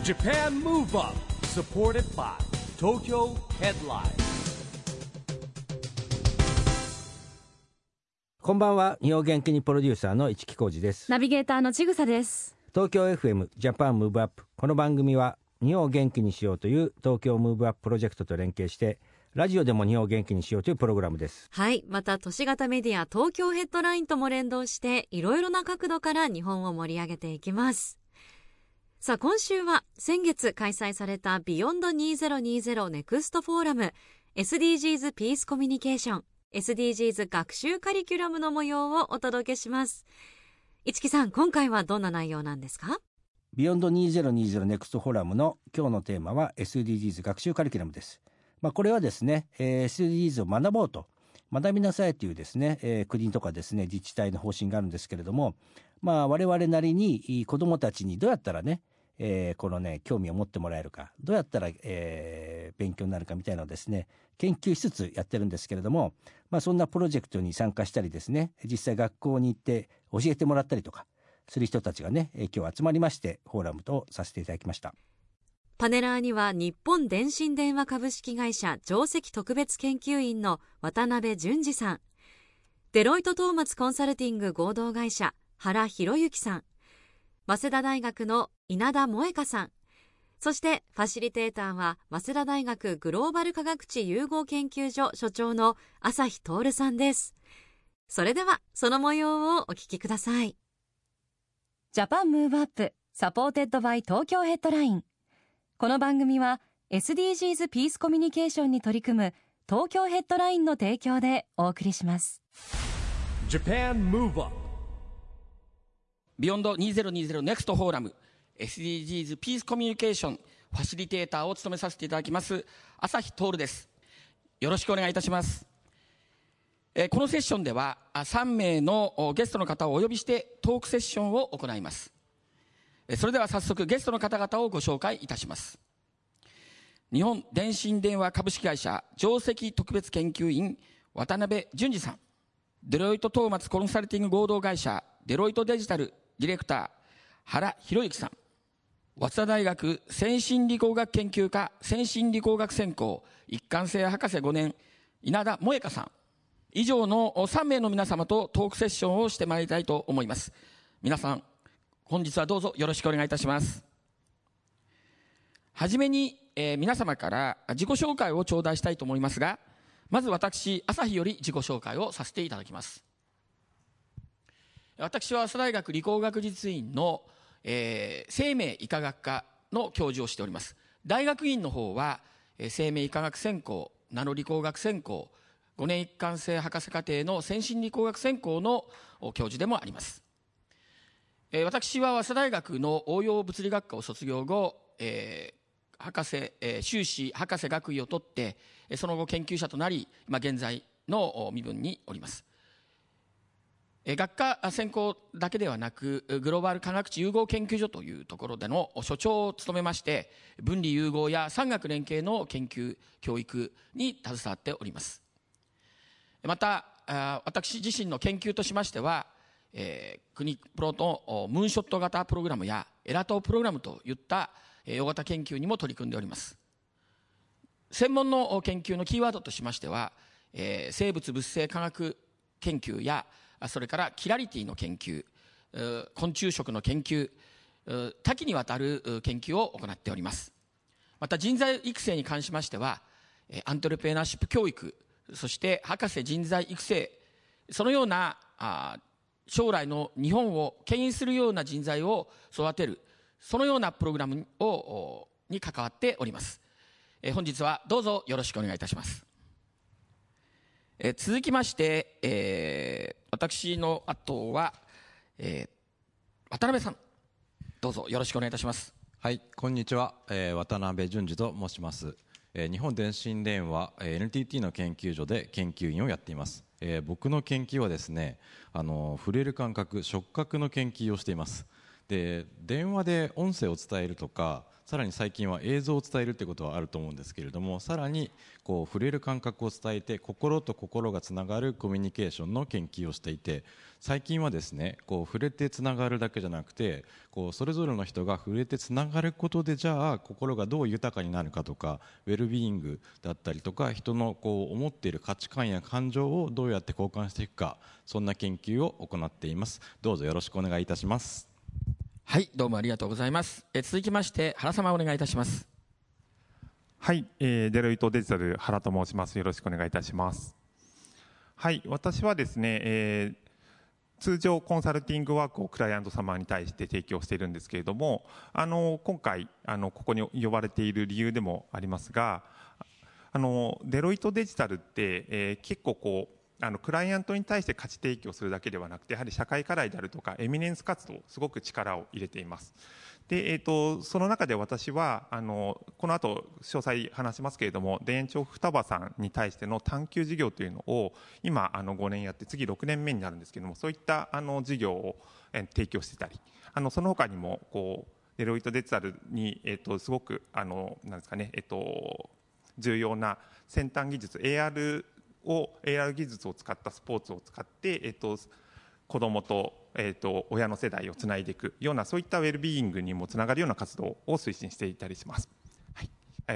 Japan Move Up supported by Tokyo Headline。 こんばんは。日本元気にプロデューサーの市木浩司です。 ナビゲーターのちぐさです。 東京 FM ジャパンムーブアップ、この番組は日本を元気にしようという東京ムーブアッププロジェクトと連携してラジオでも日本を元気にしようというプログラムです。 はい、また都市型メディア東京ヘッドラインとも連動していろいろな角度から日本を盛り上げていきます。さあ、今週は先月開催されたビヨンド2020ネクストフォーラム SDGs ピースコミュニケーション SDGs 学習カリキュラムの模様をお届けします。市木さん、今回はどんな内容なんですか？ ビヨンド2020ネクストフォーラムの今日のテーマは SDGs 学習カリキュラムです。これはですね、SDGs を学ぼうと学びなさいというですね、国とかですね自治体の方針があるんですけれども、我々なりに子どもたちにどうやったらね、このね興味を持ってもらえるか、どうやったら、勉強になるかみたいなのをですね研究しつつやってるんですけれども、そんなプロジェクトに参加したりですね、実際学校に行って教えてもらったりとかする人たちがね、今日集まりましてフォーラムとさせていただきました。 パネラーには日本電信電話株式会社上席特別研究員の渡辺淳二さん、デロイトトーマツコンサルティング合同会社原博之さん、早稲田大学の稲田萌香さん、そしてファシリテーターは早稲田大学グローバル科学地融合研究所所長の朝日徹さんです。それではその模様をお聞きください。ジャパンムーブアップサポーテッドバイ東京ヘッドライン。この番組は SDGs ピースコミュニケーションに取り組む東京ヘッドラインの提供でお送りします。 Japan Move Up ビヨンド2020ネクストフォーラム SDGs ピースコミュニケーションファシリテーターを務めさせていただきます朝日徹です。よろしくお願いいたします。このセッションでは3名のゲストの方をお呼びしてトークセッションを行います。それでは早速ゲストの方々をご紹介いたします。日本電信電話株式会社上席特別研究員渡辺淳二さん、デロイトトーマツコンサルティング合同会社デロイトデジタルディレクター原博之さん、早稲田大学先進理工学研究科先進理工学専攻一貫性博士5年稲田萌香さん、以上の3名の皆様とトークセッションをしてまいりたいと思います。皆さん本日はどうぞよろしくお願いいたします。はじめに、皆様から自己紹介を頂戴したいと思いますが、まず私朝日より自己紹介をさせていただきます。私は早稲田大学理工学実院の、生命医科学科の教授をしております。大学院の方は、生命医科学専攻ナノ理工学専攻5年一貫性博士課程の先進理工学専攻の教授でもあります。私は早稲田大学の応用物理学科を卒業後、修士博士学位を取ってその後研究者となり、現在の身分におります。学科専攻だけではなくグローバル科学地融合研究所というところでの所長を務めまして、分離融合や産学連携の研究教育に携わっております。また私自身の研究としましては、国プロのムーンショット型プログラムやエラトープログラムといった大型研究にも取り組んでおります。専門の研究のキーワードとしましては、生物物性科学研究やそれからキラリティの研究、昆虫食の研究、多岐にわたる研究を行っております。また人材育成に関しましてはアントレプレナーシップ教育、そして博士人材育成、そのような将来の日本を牽引するような人材を育てる、そのようなプログラムに関わっております。本日はどうぞよろしくお願いいたします。続きまして、私の後は、渡辺さん、どうぞよろしくお願いいたします。 はい、こんにちは、渡辺淳二と申します。日本電信電話 NTT の研究所で研究員をやっています。僕の研究はですね、触れる感覚触覚の研究をしています。 で電話で音声を伝えるとか、さらに最近は映像を伝えるということはあると思うんですけれども、さらにこう触れる感覚を伝えて心と心がつながるコミュニケーションの研究をしていて、最近はですね、こう触れてつながるだけじゃなくて、こうそれぞれの人が触れてつながることで、じゃあ心がどう豊かになるかとか、ウェルビーイングだったりとか、人のこう思っている価値観や感情をどうやって交換していくか、そんな研究を行っています。どうぞよろしくお願いいたします。 はい、どうもありがとうございます。続きまして原様お願いいたします。 はい、デロイトデジタル原と申します。よろしくお願いいたします。はい、私はですね、通常コンサルティングワークをクライアント様に対して提供しているんですけれども、今回ここに呼ばれている理由でもありますが、デロイトデジタルって、結構こうクライアントに対して価値提供するだけではなくて、やはり社会課題であるとかエミネンス活動、すごく力を入れています。で、その中で私はこの後詳細話しますけれども、田園調布双葉さんに対しての探究事業というのを今5年やって、次6年目になるんですけれども、そういった事業を提供していたり、その他にもこうデロイトデジタルにすごくなんですかね、重要な先端技術 AR 技術を使ったスポーツを使って、子どもと、親の世代をつないでいくような、そういったウェルビーイングにもつながるような活動を推進していたりします。はい、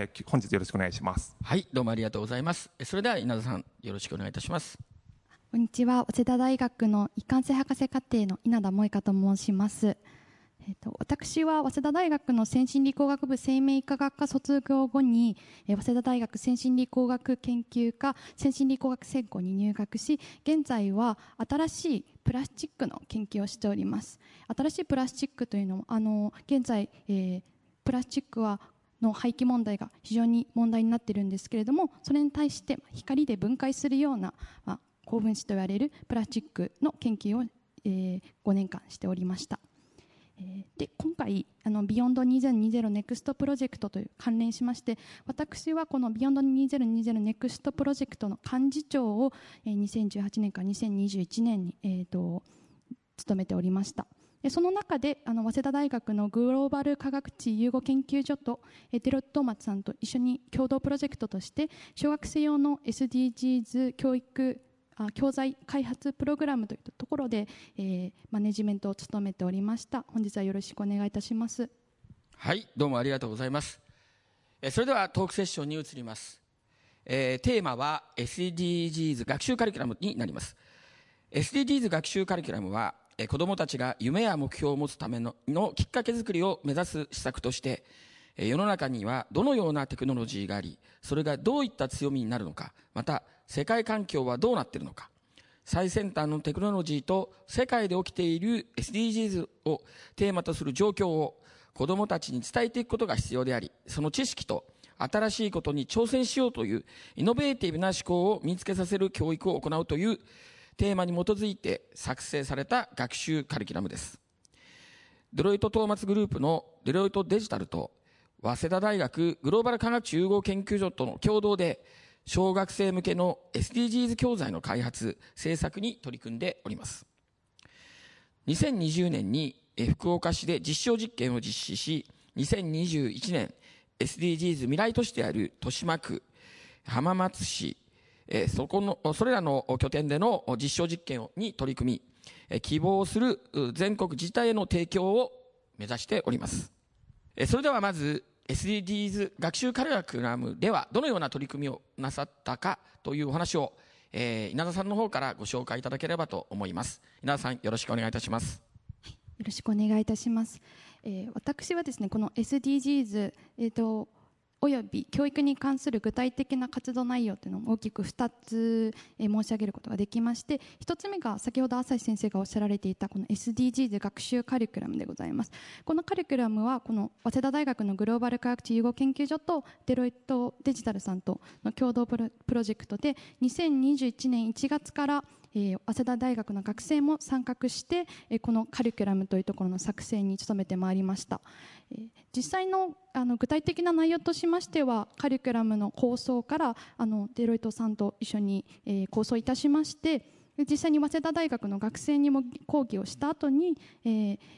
本日よろしくお願いします。 はい、どうもありがとうございます。それでは稲田さんよろしくお願いいたします。 こんにちは。早稲田大学の一貫性博士課程の稲田萌香と申します。私は早稲田大学の先進理工学部生命医科学科卒業後に早稲田大学先進理工学研究科先進理工学専攻に入学し、現在は新しいプラスチックの研究をしております。新しいプラスチックというのも現在、プラスチックの廃棄問題が非常に問題になっているんですけれども、それに対して光で分解するような、高分子と言われるプラスチックの研究を、5年間しておりました。で今回ビヨンド2020ネクストプロジェクトという関連しまして、私はこのビヨンド2020ネクストプロジェクトの幹事長を2018年から2021年に、務めておりました。でその中で早稲田大学のグローバル科学地融合研究所とデロイトトーマツさんと一緒に共同プロジェクトとして小学生用の SDGs 教材開発プログラムというところで、マネジメントを務めておりました。本日はよろしくお願いいたします。 はい、どうもありがとうございます。それではトークセッションに移ります。テーマは SDGs 学習カリキュラムになります。SDGs 学習カリキュラムは子どもたちが夢や目標を持つためのきっかけ作りを目指す施策として、世の中にはどのようなテクノロジーがあり、それがどういった強みになるのか、また世界環境はどうなっているのか、最先端のテクノロジーと世界で起きている SDGs をテーマとする状況を子どもたちに伝えていくことが必要であり、その知識と新しいことに挑戦しようというイノベーティブな思考を身につけさせる教育を行うというテーマに基づいて作成された学習カリキュラムです。デロイトトーマツグループのデロイトデジタルと早稲田大学グローバル科学融合研究所との共同で小学生向けの SDGs 教材の開発制作に取り組んでおります。2020年に福岡市で実証実験を実施し、2021年 SDGs 未来都市である豊島区、浜松市、それらの拠点での実証実験に取り組み、希望する全国自治体への提供を目指しております。それではまずSDGs 学習カリキュラムではどのような取り組みをなさったかというお話を、稲田さんの方からご紹介いただければと思います。稲田さんよろしくお願いいたします。 よろしくお願いいたします。私はですね、この SDGs、および教育に関する具体的な活動内容というのを大きく2つ申し上げることができまして、1つ目が先ほど朝日先生がおっしゃられていたこの SDGs 学習カリキュラムでございます。このカリキュラムはこの早稲田大学のグローバル科学地融合研究所とデロイトデジタルさんとの共同プロジェクトで2021年1月から早稲田大学の学生も参画してこのカリキュラムというところの作成に努めてまいりました。実際の具体的な内容としましては、カリキュラムの構想からデロイトさんと一緒に構想いたしまして、実際に早稲田大学の学生にも講義をした後に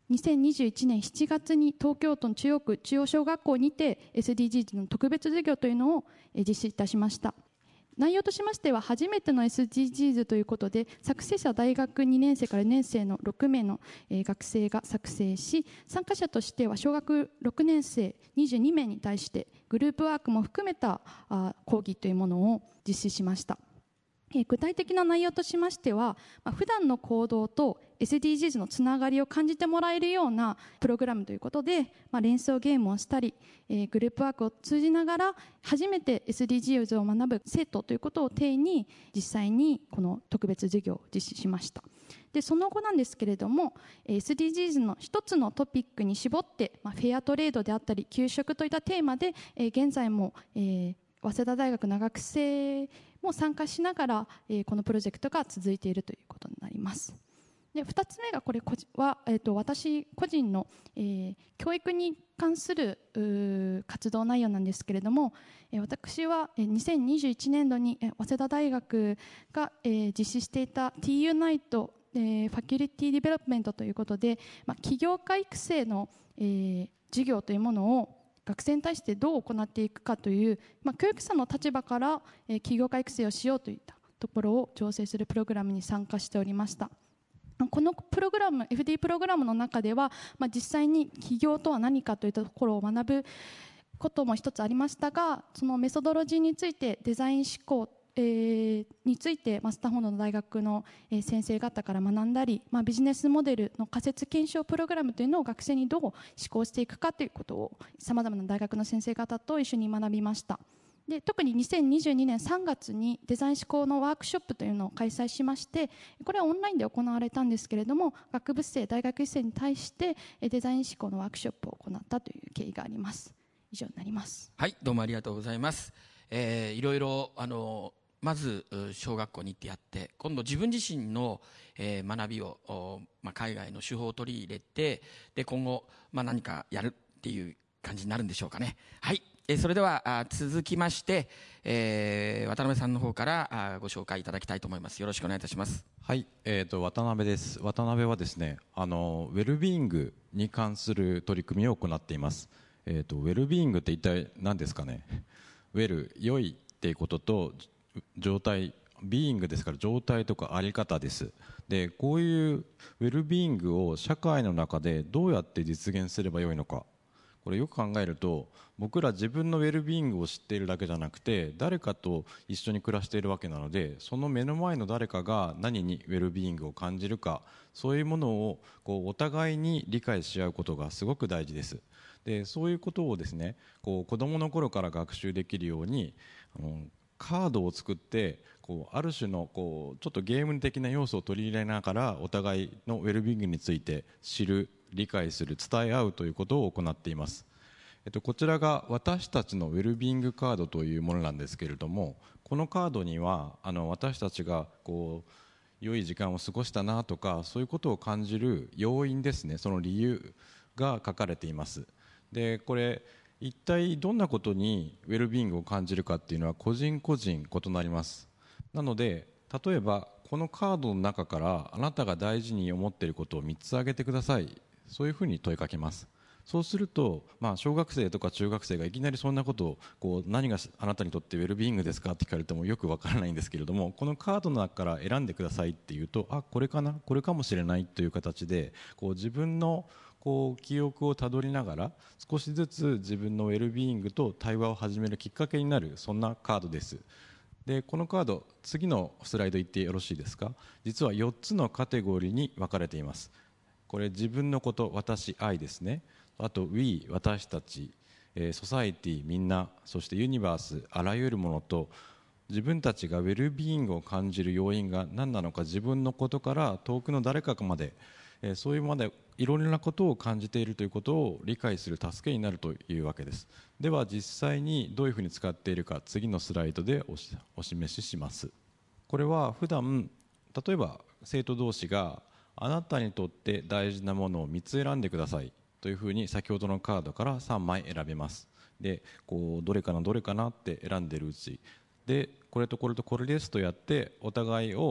2021年7月に東京都の中央区中央小学校にて SDGs の特別授業というのを実施いたしました。内容としましては、初めての SDGs ということで、作成者は大学2年生から4年生の6名の学生が作成し、参加者としては小学6年生22名に対してグループワークも含めた講義というものを実施しました。具体的な内容としましては、普段の行動と SDGs のつながりを感じてもらえるようなプログラムということで、連想ゲームをしたり、グループワークを通じながら初めて SDGs を学ぶ生徒ということを定に、実際にこの特別授業を実施しました。でその後なんですけれども、 SDGs の一つのトピックに絞って、フェアトレードであったり給食といったテーマで、現在も、早稲田大学の学生も参加しながら、このプロジェクトが続いているということになります。で2つ目がこれは、私個人の、教育に関する活動内容なんですけれども、私は2021年度に早稲田大学が、実施していた TU ナイトファキュリティディベロップメントということで、起業家育成の、授業というものを学生に対してどう行っていくかという、教育者の立場から、起業家育成をしようといったところを調整するプログラムに参加しておりました。このプログラム FD プログラムの中では、実際に起業とは何かといったところを学ぶことも一つありましたが、そのメソドロジーについて、デザイン思考についてスタンフォードの大学の先生方から学んだり、ビジネスモデルの仮説検証プログラムというのを学生にどう施行していくかということをさまざまな大学の先生方と一緒に学びました。で特に2022年3月にデザイン思考のワークショップというのを開催しまして、これはオンラインで行われたんですけれども、学部生大学生に対してデザイン思考のワークショップを行ったという経緯があります。以上になります。 はい、どうもありがとうございます。いろいろまず小学校に行ってやって、今度自分自身の、学びを、海外の手法を取り入れて、で今後、何かやるっていう感じになるんでしょうかね。はい、それでは続きまして、渡辺さんの方からご紹介いただきたいと思います。よろしくお願いいたします。 はい、渡辺です。渡辺はですね、ウェルビーイングに関する取り組みを行っています。ウェルビーイングって一体何ですかね。ウェル、良いっていうことと、状態、ビーイングですから状態とかあり方です。でこういうウェルビーイングを社会の中でどうやって実現すればよいのか、これよく考えると、僕ら自分のウェルビーイングを知っているだけじゃなくて、誰かと一緒に暮らしているわけなので、その目の前の誰かが何にウェルビーイングを感じるか、そういうものをお互いに理解し合うことがすごく大事です。でそういうことをですね、子どもの頃から学習できるようにカードを作って、ある種のちょっとゲーム的な要素を取り入れながら、お互いのウェルビーイングについて知る、理解する、伝え合うということを行っています。こちらが私たちのウェルビーイングカードというものなんですけれども、このカードには私たちが良い時間を過ごしたなとか、そういうことを感じる要因ですね、その理由が書かれています。でこれ一体どんなことにウェルビーイングを感じるかっていうのは個人個人異なります。なので例えばこのカードの中からあなたが大事に思っていることを3つ挙げてください、そういうふうに問いかけます。そうすると、小学生とか中学生がいきなりそんなことを何があなたにとってウェルビーイングですかって聞かれてもよくわからないんですけれども、このカードの中から選んでくださいっていうと、これかな、これかもしれないという形で自分の記憶をたどりながら少しずつ自分のウェルビーイングと対話を始めるきっかけになる、そんなカードです。でこのカード、次のスライド言ってよろしいですか。実は4つのカテゴリーに分かれています。これ自分のこと、私、愛ですね。あと We、 私たち、ソサエティ、みんな、そしてユニバース、あらゆるものと、自分たちがウェルビーイングを感じる要因が何なのか、自分のことから遠くの誰かまで、そういうまでいろいろなことを感じているということを理解する助けになるというわけです。では実際にどういうふうに使っているか、次のスライドでお示しします。これは普段例えば生徒同士があなたにとって大事なものを3つ選んでくださいというふうに先ほどのカードから3枚選べます。でどれかなどれかなって選んでいるうちで、これとこれとこれですとやってお互いを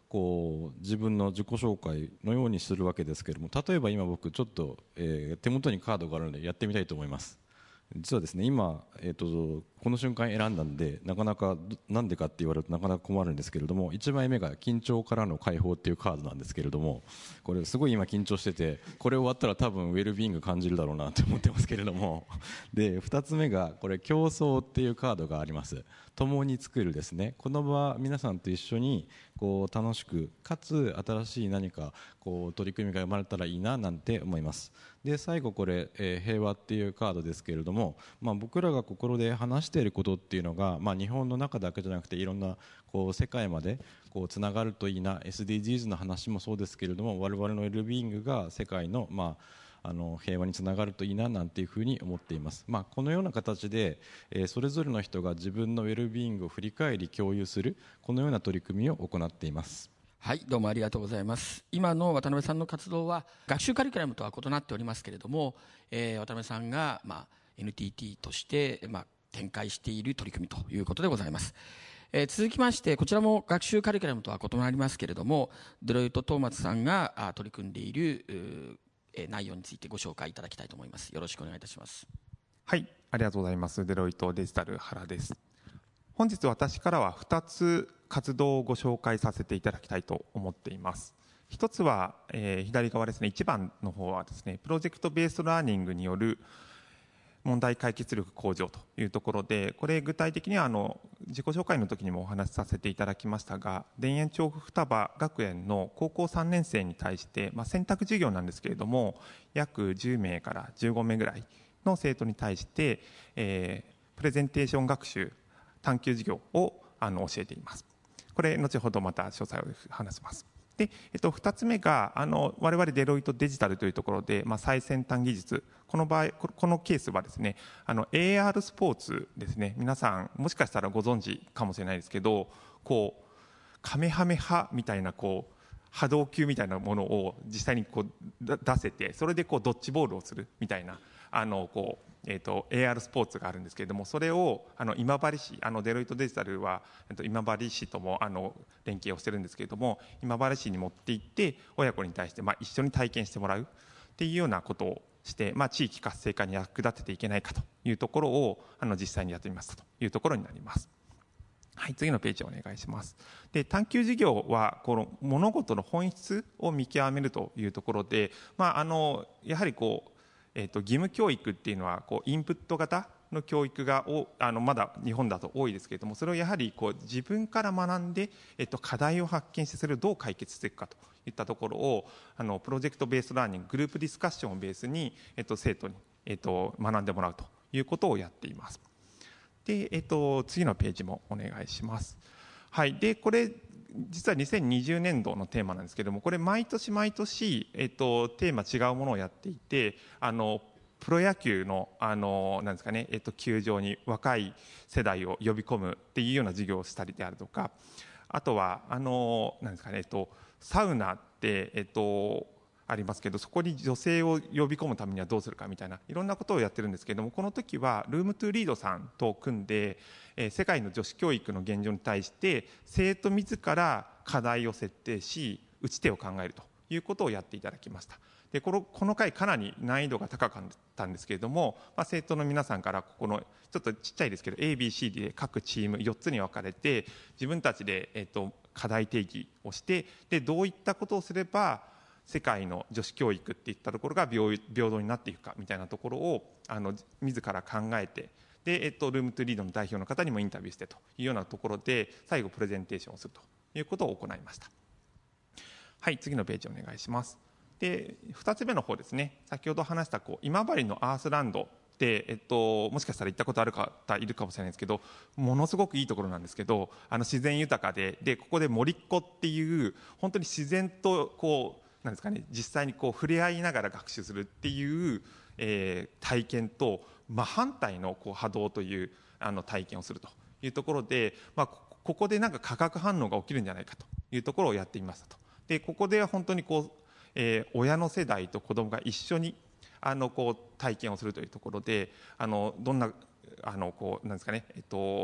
こう自分の自己紹介のようにするわけですけれども、例えば今僕ちょっと、手元にカードがあるのでやってみたいと思います。実はですね今、この瞬間選んだんで、なかなかなんでかって言われるとなかなか困るんですけれども、1枚目が緊張からの解放っていうカードなんですけれども、これすごい今緊張してて、これ終わったら多分ウェルビーイング感じるだろうなって思ってますけれども、で2つ目がこれ競争っていうカードがあります。共に作るですね、この場皆さんと一緒にこう楽しくかつ新しい何かこう取り組みが生まれたらいいななんて思います。で最後これ、平和っていうカードですけれども、僕らが心で話していることっていうのが、日本の中だけじゃなくていろんなこう世界までこうつながるといいな。 SDGs の話もそうですけれども、我々のウェルビーイングが世界の平和につながるといいななんていうふうに思っています。このような形で、それぞれの人が自分のウェルビーイングを振り返り共有する、このような取り組みを行っています。 はい、どうもありがとうございます。今の渡辺さんの活動は学習カリキュラムとは異なっておりますけれども、渡辺さんが、NTT として、展開している取り組みということでございます。続きまして、こちらも学習カリキュラムとは異なりますけれども、デロイトトーマツさんが取り組んでいる内容についてご紹介いただきたいと思います。よろしくお願いいたします。 はい、ありがとうございます。デロイトデジタル原です。本日私からは2つ活動をご紹介させていただきたいと思っています。一つは、左側ですね、1番の方はですね、プロジェクトベースラーニングによる問題解決力向上というところで、これ具体的には自己紹介の時にもお話しさせていただきましたが、田園調布双葉学園の高校3年生に対して、選択授業なんですけれども、約10名から15名ぐらいの生徒に対して、プレゼンテーション学習探究授業を教えています。これ後ほどまた詳細を話します。で、2つ目が我々デロイトデジタルというところで、最先端技術、この場合このケースはですね、AR スポーツですね。皆さんもしかしたらご存知かもしれないですけど、こうカメハメハみたいなこう波動球みたいなものを実際にこう出せて、それでこうドッジボールをするみたいなAR スポーツがあるんですけれども、それを今治市、デロイトデジタルは今治市とも連携をしてるんですけれども、今治市に持って行って親子に対して一緒に体験してもらうっていうようなことをして、地域活性化に役立てていけないかというところを実際にやってみましたというところになります。はい、次のページをお願いします。で、探究事業はこの物事の本質を見極めるというところで、やはりこう義務教育っていうのはインプット型の教育がまだ日本だと多いですけれども、それをやはり自分から学んで、課題を発見してそれをどう解決していくかといったところをプロジェクトベースラーニング、グループディスカッションをベースに、生徒に、学んでもらうということをやっています。で、次のページもお願いします。はい、でこれ実は2020年度のテーマなんですけれども、これ毎年毎年、テーマ違うものをやっていて、プロ野球のなんですかね、球場に若い世代を呼び込むっていうような授業をしたりであるとか、あとはなんですかね、サウナってありますけど、そこに女性を呼び込むためにはどうするかみたいないろんなことをやってるんですけれども、この時はルームトゥリードさんと組んで、世界の女子教育の現状に対して生徒自ら課題を設定し打ち手を考えるということをやっていただきました。でこの回かなり難易度が高かったんですけれども、生徒の皆さんからここのちょっとちっちゃいですけど ABCD で各チーム4つに分かれて自分たちで、課題定義をして、でどういったことをすれば世界の女子教育っていったところが平等になっていくかみたいなところを自ら考えて、で、ルームトゥリードの代表の方にもインタビューしてというようなところで最後プレゼンテーションをするということを行いました。はい、次のページお願いします。で、2つ目の方ですね、先ほど話した今治のアースランドで、もしかしたら行ったことある方いるかもしれないですけど、ものすごくいいところなんですけど、自然豊かで、ここで森っ子っていう本当に自然となんですかね、実際に触れ合いながら学習するっていう、体験と真反対の波動という体験をするというところで、ここでなんか化学反応が起きるんじゃないかというところをやってみましたと。でここでは本当に親の世代と子どもが一緒に体験をするというところで、どんななんですかね、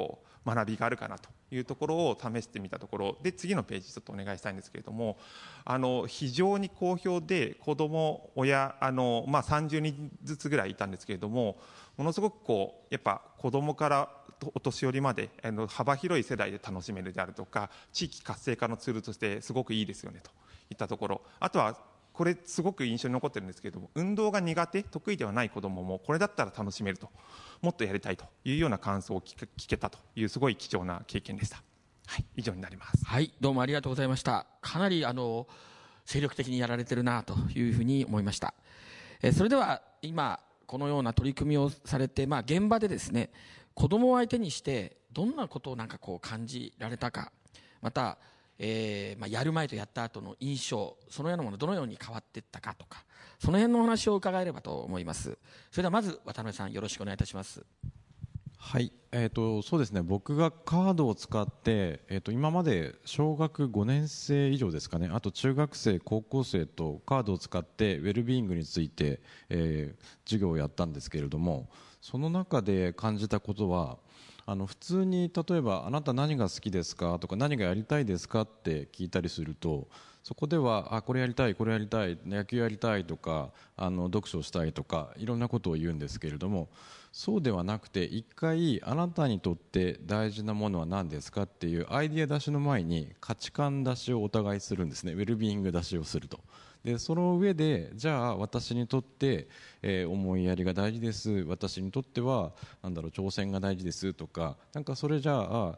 学びがあるかなというところを試してみたところで、次のページちょっとお願いしたいんですけれども、非常に好評で、子ども親30人ずつぐらいいたんですけれども、ものすごくやっぱ子どもからお年寄りまで幅広い世代で楽しめるであるとか、地域活性化のツールとしてすごくいいですよねといったところ、あとはこれすごく印象に残ってるんですけれども、運動が苦手得意ではない子どももこれだったら楽しめると、もっとやりたいというような感想を聞けたという、すごい貴重な経験でした。はい、以上になります。 はい、どうもありがとうございました。かなり精力的にやられてるなというふうに思いました。それでは今このような取り組みをされて、現場でですね、子どもを相手にしてどんなことを感じられたか、またやる前とやった後の印象、そのようなものどのように変わっていったかとか、その辺のお話を伺えればと思います。それではまず渡辺さん、よろしくお願いいたします。 はい、そうですね、僕がカードを使って、今まで小学5年生以上ですかね、あと中学生高校生とカードを使ってウェルビーイングについて、授業をやったんですけれども、その中で感じたことは、普通に例えばあなた何が好きですかとか何がやりたいですかって聞いたりすると、そこではこれやりたいこれやりたい野球やりたいとか読書したいとかいろんなことを言うんですけれども、そうではなくて、一回あなたにとって大事なものは何ですかっていうアイディア出しの前に価値観出しをお互いするんですね。ウェルビーイング出しをすると。でその上で、じゃあ私にとって、思いやりが大事です、私にとっては挑戦が大事ですとか、それじゃあ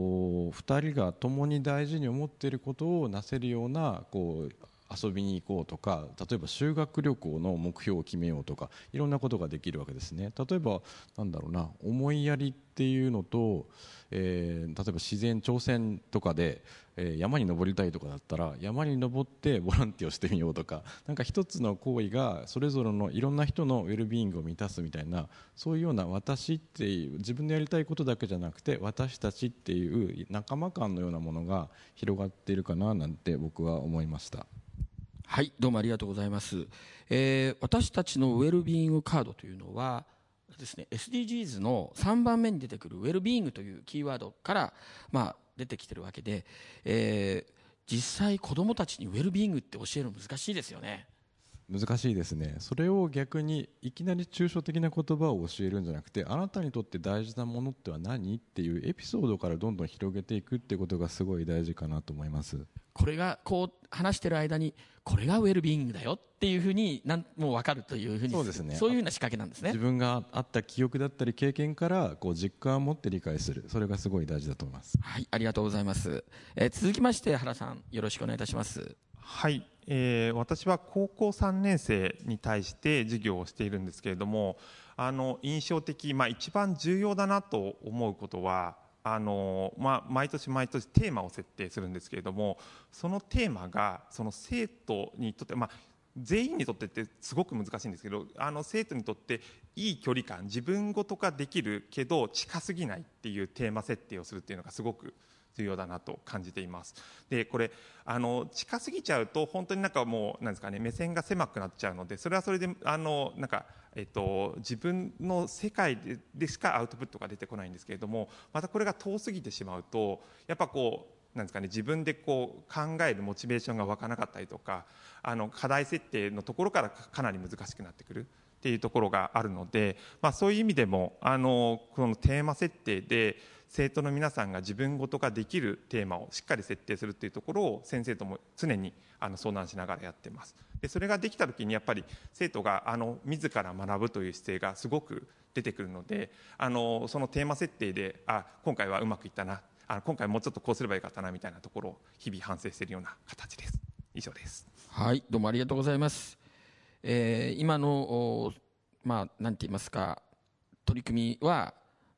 2人が共に大事に思っていることをなせるような遊びに行こうとか、例えば修学旅行の目標を決めようとか、いろんなことができるわけですね。例えば思いやりっていうのと、例えば自然挑戦とかで、山に登りたいとかだったら山に登ってボランティアをしてみようとか、一つの行為がそれぞれのいろんな人のウェルビーイングを満たすみたいな、そういうような私っていう自分のやりたいことだけじゃなくて私たちっていう仲間感のようなものが広がっているかななんて僕は思いました。 はい、どうもありがとうございます。私たちのウェルビーイングカードというのはですね、SDGs の3番目に出てくるウェルビーイングというキーワードから、出てきてるわけで、実際子どもたちにウェルビーイングって教えるの難しいですよね。 難しいですね。それを逆にいきなり抽象的な言葉を教えるんじゃなくて、あなたにとって大事なものっては何っていうエピソードからどんどん広げていくっていうことがすごい大事かなと思います。 これが話してる間にこれがウェルビーイングだよっていうふうにもう分かるというふうに、 そうですね、 そういうふうな仕掛けなんですね。 自分があった記憶だったり経験から実感を持って理解する、それがすごい大事だと思います。 はい、ありがとうございます。続きまして原さん、よろしくお願いいたします。 はい、私は高校3年生に対して授業をしているんですけれども、印象的、一番重要だなと思うことは毎年毎年テーマを設定するんですけれども、そのテーマがその生徒にとって、全員にとってってすごく難しいんですけど、生徒にとっていい距離感、自分ごとができるけど近すぎないっていうテーマ設定をするっていうのがすごく重要だなと感じています。でこれ近すぎちゃうと本当にもうなんですかね、目線が狭くなっちゃうので、それはそれで自分の世界でしかアウトプットが出てこないんですけれども、またこれが遠すぎてしまうとやっぱなんですかね、自分で考えるモチベーションが湧かなかったりとか、課題設定のところからかなり難しくなってくるっていうところがあるので、そういう意味でもこのテーマ設定で生徒の皆さんが自分ごとができるテーマをしっかり設定するっていうところを先生とも常に相談しながらやってます。でそれができた時にやっぱり生徒が自ら学ぶという姿勢がすごく出てくるので、そのテーマ設定で今回はうまくいったな、今回もうちょっとこうすればよかったなみたいなところを日々反省しているような形です。以上です。 はい、どうもありがとうございます。今のなんて言いますか、取り組みは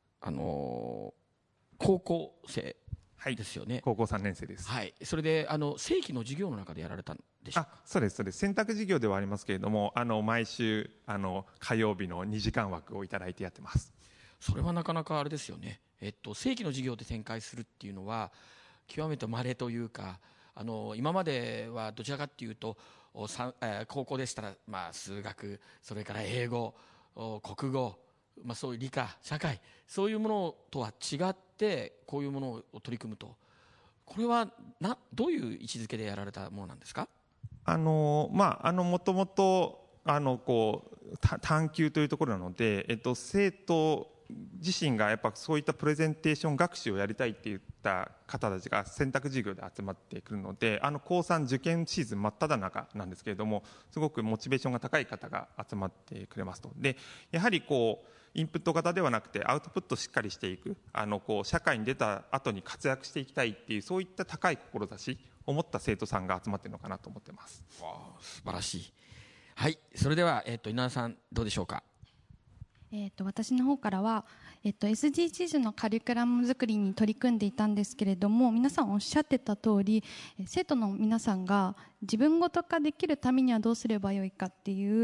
高校生ですよね。 はい、高校3年生です。 はい、それで正規の授業の中でやられたんでしょうか。 そうですそうです。選択授業ではありますけれども、毎週火曜日の2時間枠をいただいてやってます。 それはなかなかあれですよね。正規の授業で展開するっていうのは極めて稀というか、今まではどちらかっていうと高校でしたら数学、それから英語、国語、そういう理科社会、そういうものとは違っってこういうものを取り組むと、これはどういう位置づけでやられたものなんですか？ もともと探究というところなので、生徒自身がやっぱそういったプレゼンテーション学習をやりたいっていった方たちが選択授業で集まってくるので、高3受験シーズン真っ只中なんですけれども、すごくモチベーションが高い方が集まってくれますと。でやはりインプット型ではなくてアウトプットしっかりしていく、社会に出た後に活躍していきたいっていう、そういった高い志を持った生徒さんが集まっているのかなと思っています。 素晴らしい。はい、それでは、稲田さんどうでしょうか？ 私の方からは、SDGs のカリキュラム作りに取り組んでいたんですけれども、皆さんおっしゃってた通り、生徒の皆さんが自分ごと化できるためにはどうすればよいかっていう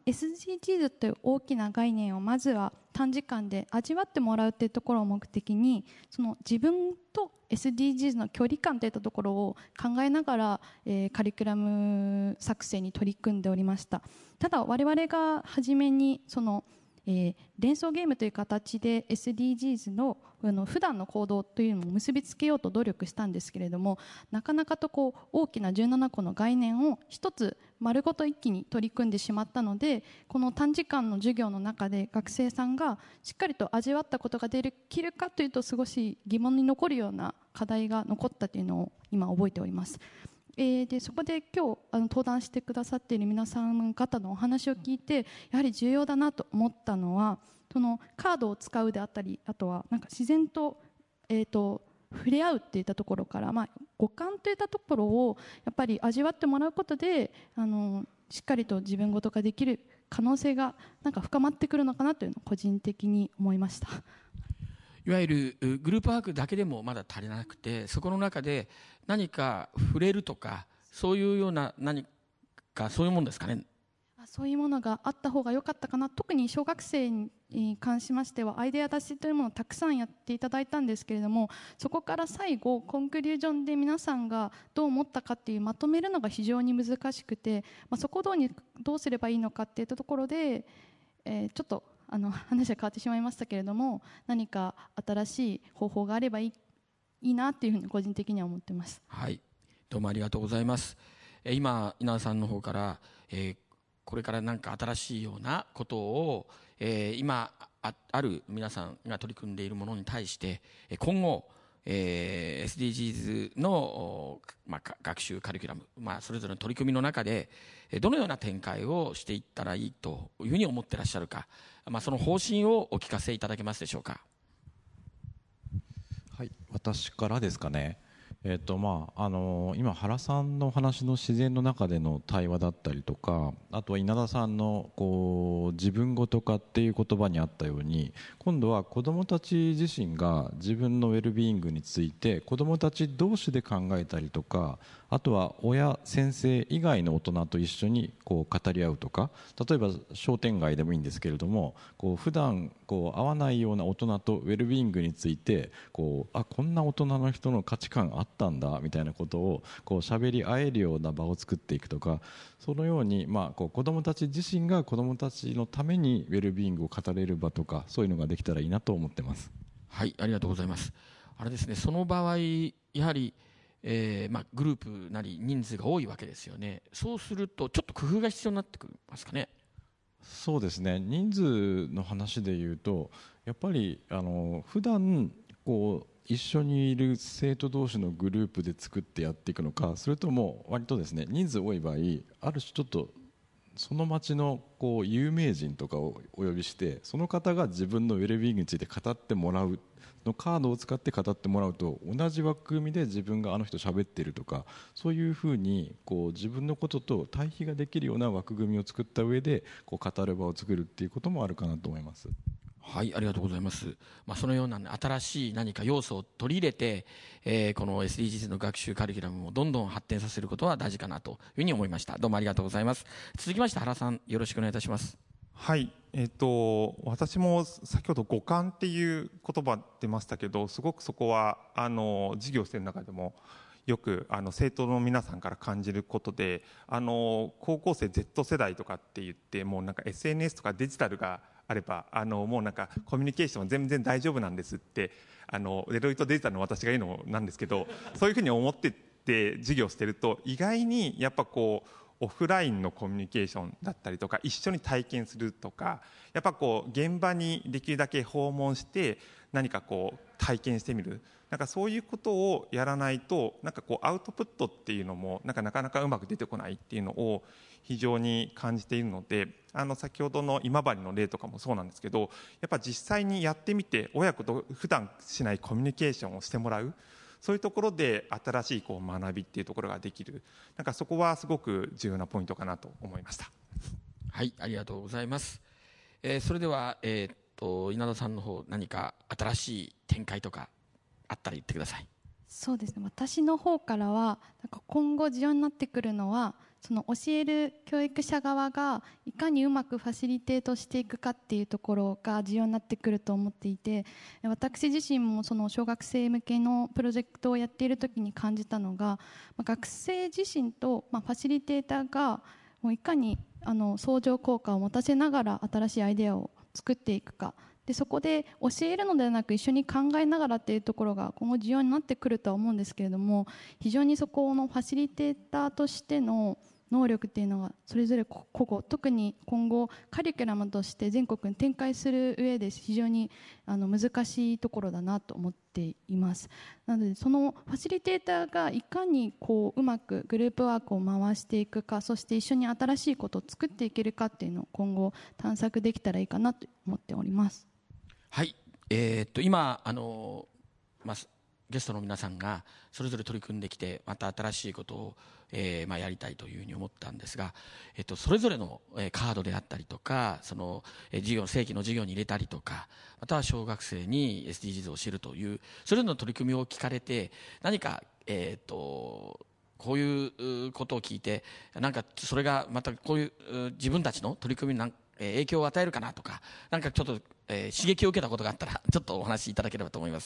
、SDGs という大きな概念をまずは短時間で味わってもらうというところを目的に、その自分と SDGs の距離感といったところを考えながら、カリキュラム作成に取り組んでおりました。ただ我々が初めに連想ゲームという形で SDGs の普段の行動というのを結びつけようと努力したんですけれども、なかなかと大きな17個の概念を一つ丸ごと一気に取り組んでしまったので、この短時間の授業の中で学生さんがしっかりと味わったことができるかというと、少し疑問に残るような課題が残ったというのを今覚えております。でそこで今日登壇してくださっている皆さん方のお話を聞いて、やはり重要だなと思ったのは、そのカードを使うであったり、あとはなんか自然と、触れ合うっていったところから、五感といったところをやっぱり味わってもらうことで、しっかりと自分ごと化できる可能性がなんか深まってくるのかなというのを個人的に思いました。 いわゆるグループワークだけでもまだ足りなくて、そこの中で何か触れるとか、そういうような何かそういうものですかね？ そういうものがあった方が良かったかな。特に小学生に関しましてはアイデア出しというものをたくさんやっていただいたんですけれども、そこから最後コンクリュージョンで皆さんがどう思ったかっていうまとめるのが非常に難しくて、そこをどうすればいいのかっていったところで、ちょっと話が変わってしまいましたけれども、何か新しい方法があればいいなっていうふうに個人的には思ってます。 はい、どうもありがとうございます。今稲田さんの方から、これから何か新しいようなことを、今ある皆さんが取り組んでいるものに対して今後、SDGs の、学習カリキュラム、それぞれの取り組みの中でどのような展開をしていったらいいというふうに思ってらっしゃるか、その方針をお聞かせいただけますでしょうか？ はい、私からですかね。今原さんのお話の自然の中での対話だったりとか、あとは稲田さんの自分ごと化っていう言葉にあったように、今度は子どもたち自身が自分のウェルビーイングについて子どもたち同士で考えたりとか、あとは親先生以外の大人と一緒に語り合うとか、例えば商店街でもいいんですけれども、普段会わないような大人とウェルビーイングについてこんな大人の人の価値観あったんだみたいなことを喋り合えるような場を作っていくとか、そのように子どもたち自身が子どもたちのためにウェルビーイングを語れる場とか、そういうのができたらいいなと思ってます。 はい、ありがとうございます。あれですね、その場合やはりグループなり人数が多いわけですよね。そうするとちょっと工夫が必要になってくるますかね？ そうですね、人数の話でいうとやっぱり普段一緒にいる生徒同士のグループで作ってやっていくのか、それとも割とですね、人数多い場合ある種ちょっとその町の有名人とかをお呼びして、その方が自分のウェルビーイングについて語ってもらうのカードを使って語ってもらうと、同じ枠組みで自分があの人喋ってるとか、そういうふうに自分のことと対比ができるような枠組みを作った上で語る場を作るっていうこともあるかなと思います。 はい、ありがとうございます。そのような、新しい何か要素を取り入れて、この SDGs の学習カリキュラムをどんどん発展させることは大事かなというふうに思いました。どうもありがとうございます。続きまして原さん、よろしくお願いいたします。 はい、私も先ほど五感っていう言葉出ましたけど、すごくそこは授業している中でもよく生徒の皆さんから感じることで、高校生 Z 世代とかって言って、もうなんか SNS とかデジタルがあればもうなんかコミュニケーションは全然大丈夫なんですってデロイトデジタルの私が言うのなんですけど、そういうふうに思ってって授業してると、意外にやっぱこうオフラインのコミュニケーションだったりとか、一緒に体験するとか、やっぱこう現場にできるだけ訪問して何かこう体験してみる、なんかそういうことをやらないと、なんかこうアウトプットっていうのもなかなかうまく出てこないっていうのを非常に感じているので、先ほどの今治の例とかもそうなんですけど、やっぱ実際にやってみて親子と普段しないコミュニケーションをしてもらう、そういうところで新しいこう学びっていうところができる、なんかそこはすごく重要なポイントかなと思いました。 はい、ありがとうございます。それでは、稲田さんの方、何か新しい展開とかあったら言ってください。 そうですね、私の方からはなんか今後重要になってくるのは、その教える教育者側がいかにうまくファシリテートしていくかっていうところが重要になってくると思っていて、私自身もその小学生向けのプロジェクトをやっている時に感じたのが、学生自身とファシリテーターがもういかに相乗効果を持たせながら新しいアイデアを作っていくかで、そこで教えるのではなく一緒に考えながらっていうところが今後重要になってくるとは思うんですけれども、非常にそこのファシリテーターとしての能力っていうのはそれぞれ個々、特に今後カリキュラムとして全国に展開する上で非常に難しいところだなと思っています。なのでそのファシリテーターがいかにこううまくグループワークを回していくか、そして一緒に新しいことを作っていけるかっていうのを今後探索できたらいいかなと思っております。 はい、今ゲストの皆さんがそれぞれ取り組んできて、また新しいことを、やりたいというふうに思ったんですが、それぞれのカードであったりとか、その正規の授業に入れたりとか、または小学生に SDGs を教えるというそれぞれの取り組みを聞かれて、何か、こういうことを聞いて、なんかそれがまたこういう自分たちの取り組みに影響を与えるかなとか、なんかちょっと、刺激を受けたことがあったらちょっとお話しいただければと思います。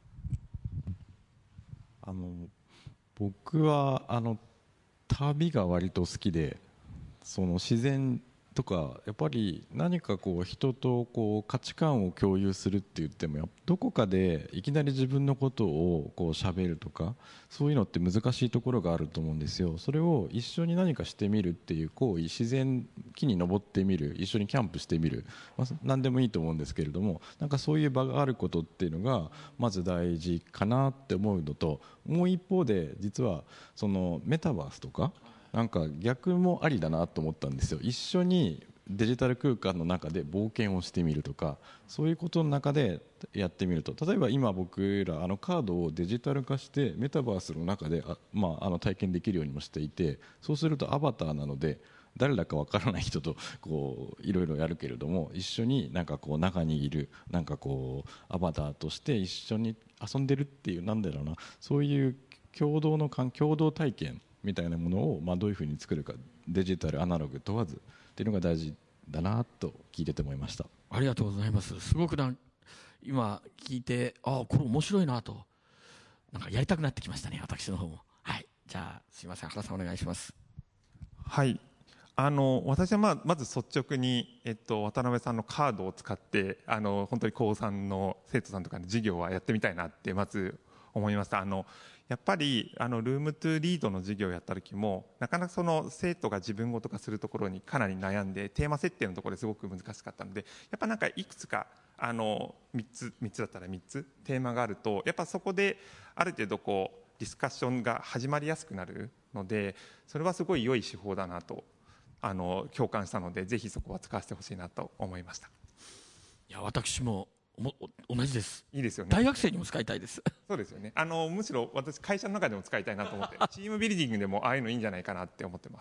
僕は旅が割と好きで、その自然とかやっぱり何かこう人とこう価値観を共有するって言っても、どこかでいきなり自分のことをこう喋るとか、そういうのって難しいところがあると思うんですよ。それを一緒に何かしてみるっていう行為、自然木に登ってみる、一緒にキャンプしてみる、何でもいいと思うんですけれども、なんかそういう場があることっていうのがまず大事かなって思うのと、もう一方で実はそのメタバースとかなんか逆もありだなと思ったんですよ。一緒にデジタル空間の中で冒険をしてみるとか、そういうことの中でやってみると、例えば今僕らカードをデジタル化してメタバースの中で体験できるようにもしていて、そうするとアバターなので誰だかわからない人とこういろいろやるけれども、一緒になんかこう中にいるなんかこうアバターとして一緒に遊んでるっていう、なんだろうな、そういう共同体験みたいなものをどういうふうに作るか、デジタルアナログ問わずっていうのが大事だなと聞いてて思いました。 ありがとうございます。すごく今聞いて、これ面白いなと、なんかやりたくなってきましたね、私の方も。はい、じゃあすいません、原さんお願いします。 はい、私はまず率直に、渡辺さんのカードを使って本当に高3の生徒さんとかの授業はやってみたいなってまず思いました。やっぱりルームトゥリードの授業をやった時も、なかなかその生徒が自分ごと化するところにかなり悩んで、テーマ設定のところですごく難しかったので、やっぱなんかいくつか3つだったら3つテーマがあると、やっぱそこである程度こうディスカッションが始まりやすくなるので、それはすごい良い手法だなと共感したので、ぜひそこは使わせてほしいなと思いました。 いや、私も同じです。 いいですよね。 大学生にも使いたいです。 そうですよね。むしろ私会社の中でも使いたいなと思ってチームビルディングでもああいうのいいんじゃないかなって思ってます。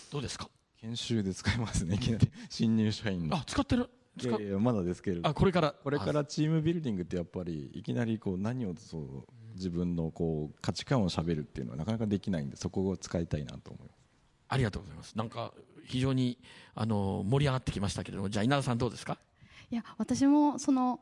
どうですか？ 研修で使えますね、いきなり新入社員の。 使ってる。 いやまだですけれど、 これからチームビルディングってやっぱりいきなりこう何を自分のこう価値観をしゃべるっていうのはなかなかできないんで、そこを使いたいなと思います。 ありがとうございます。なんか非常に盛り上がってきましたけれども、じゃあ稲田さんどうですか？ いや、私もその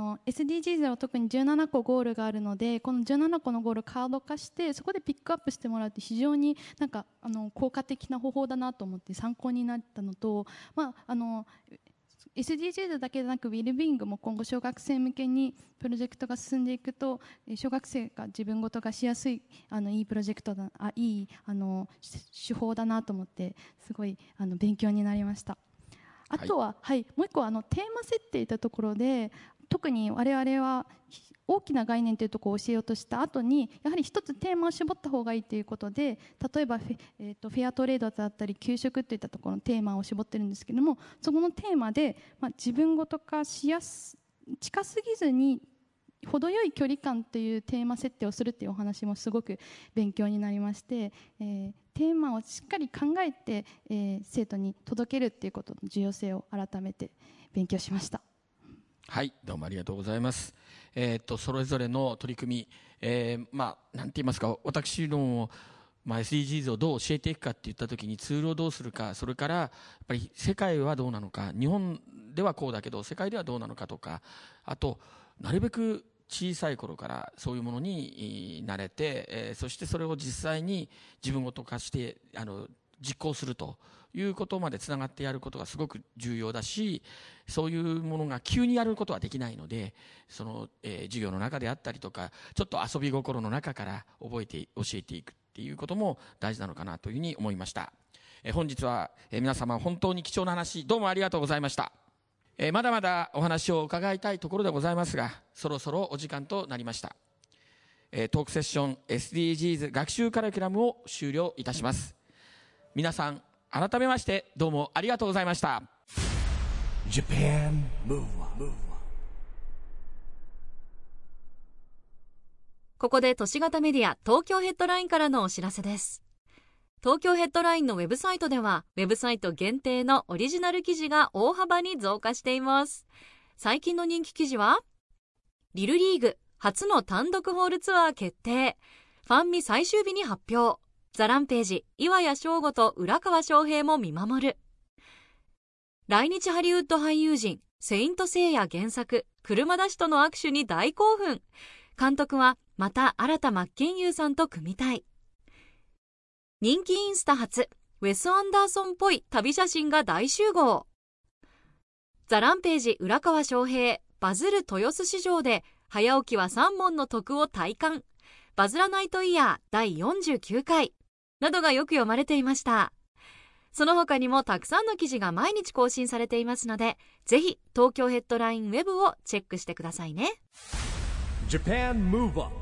SDGs では特に17個ゴールがあるので、この17個のゴールをカード化してそこでピックアップしてもらうって非常になんか効果的な方法だなと思って参考になったのと、 SDGs だけでなくウィルビーイングも今後小学生向けにプロジェクトが進んでいくと、小学生が自分ごとがしやすいいいプロジェクトだ、いい手法だなと思って、すごい勉強になりました。あとは、もう一個テーマ設定というところで、特に我々は大きな概念というところを教えようとした後に、やはり一つテーマを絞った方がいいということで、例えばフェアトレードだったり給食といったところのテーマを絞ってるんですけども、そこのテーマで、自分ごと化近すぎずに程よい距離感というテーマ設定をするっていうお話もすごく勉強になりまして、テーマをしっかり考えて、生徒に届けるっていうことの重要性を改めて勉強しました。 はい、どうもありがとうございます。それぞれの取り組み、なんて言いますか、私どもSDGs をどう教えていくかっていったときに、ツールをどうするか、それからやっぱり世界はどうなのか、日本ではこうだけど世界ではどうなのかとか、あとなるべく小さい頃からそういうものに慣れて、そしてそれを実際に自分ごと化して実行するということまでつながってやることがすごく重要だし、そういうものが急にやることはできないので、その、授業の中であったりとか、ちょっと遊び心の中から覚えて教えていくっていうことも大事なのかなというふうに思いました。本日は、皆様本当に貴重な話どうもありがとうございました。まだまだお話を伺いたいところでございますが、そろそろお時間となりました。トークセッション SDGs 学習カリキュラムを終了いたします。皆さん改めましてどうもありがとうございました。 Japan Move Up。 ここで都市型メディア東京ヘッドラインからのお知らせです。東京ヘッドラインのウェブサイトでは、ウェブサイト限定のオリジナル記事が大幅に増加しています。最近の人気記事は、リルリーグ初の単独ホールツアー決定、ファンミ最終日に発表、ザランページ岩谷翔吾と浦川翔平も見守る。来日ハリウッド俳優陣セイントセイヤ原作車田氏との握手に大興奮、監督はまた新田真剣佑さんと組みたい。人気インスタ初ウェス・アンダーソンっぽい旅写真が大集合。ザランページ浦川翔平バズる豊洲市場で早起きは3問の得を体感、バズらナイトイヤー第49回などがよく読まれていました。その他にもたくさんの記事が毎日更新されていますので、ぜひ東京ヘッドラインウェブをチェックしてくださいね。 Japan Move Up。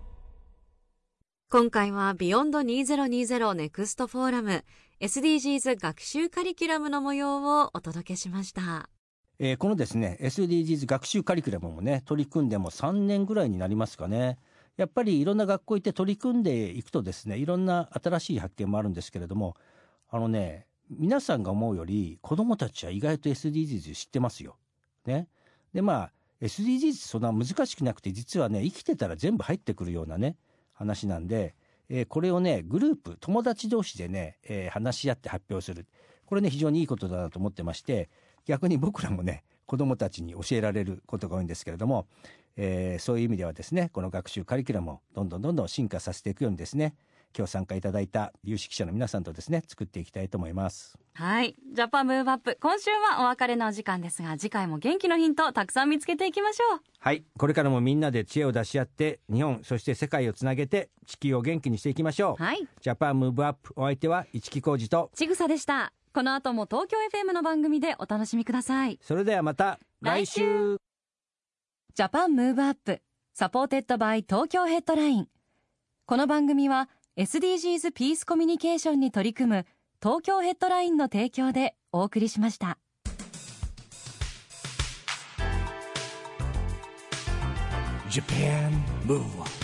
今回はビヨンド2020ネクストフォーラム SDGs 学習カリキュラムの模様をお届けしました。 このですね SDGs 学習カリキュラムもね、取り組んでも3年ぐらいになりますかね。やっぱりいろんな学校行って取り組んでいくとですね、いろんな新しい発見もあるんですけれども、皆さんが思うより子どもたちは意外と SDGs 知ってますよ。ね。でSDGs そんな難しくなくて、実はね生きてたら全部入ってくるようなね話なんで、これをねグループ友達同士でね、話し合って発表する、これね非常にいいことだなと思ってまして、逆に僕らもね子どもたちに教えられることが多いんですけれども、そういう意味ではですね、この学習カリキュラムをどんどん進化させていくようにですね、今日参加いただいた有識者の皆さんとですね作っていきたいと思います。 はい、ジャパンムーブアップ、今週はお別れのお時間ですが、次回も元気のヒントたくさん見つけていきましょう。 はい、これからもみんなで知恵を出し合って日本そして世界をつなげて地球を元気にしていきましょう。 はい、 ジャパンムーブアップ、お相手は市木浩二とちぐさでした。この後も東京 FM の番組でお楽しみください。 それではまた来週。 ジャパンムーブアップサポーテッドバイ東京ヘッドライン。この番組は SDGs ピースコミュニケーションに取り組む東京ヘッドラインの提供でお送りしました。 Japan Move Up。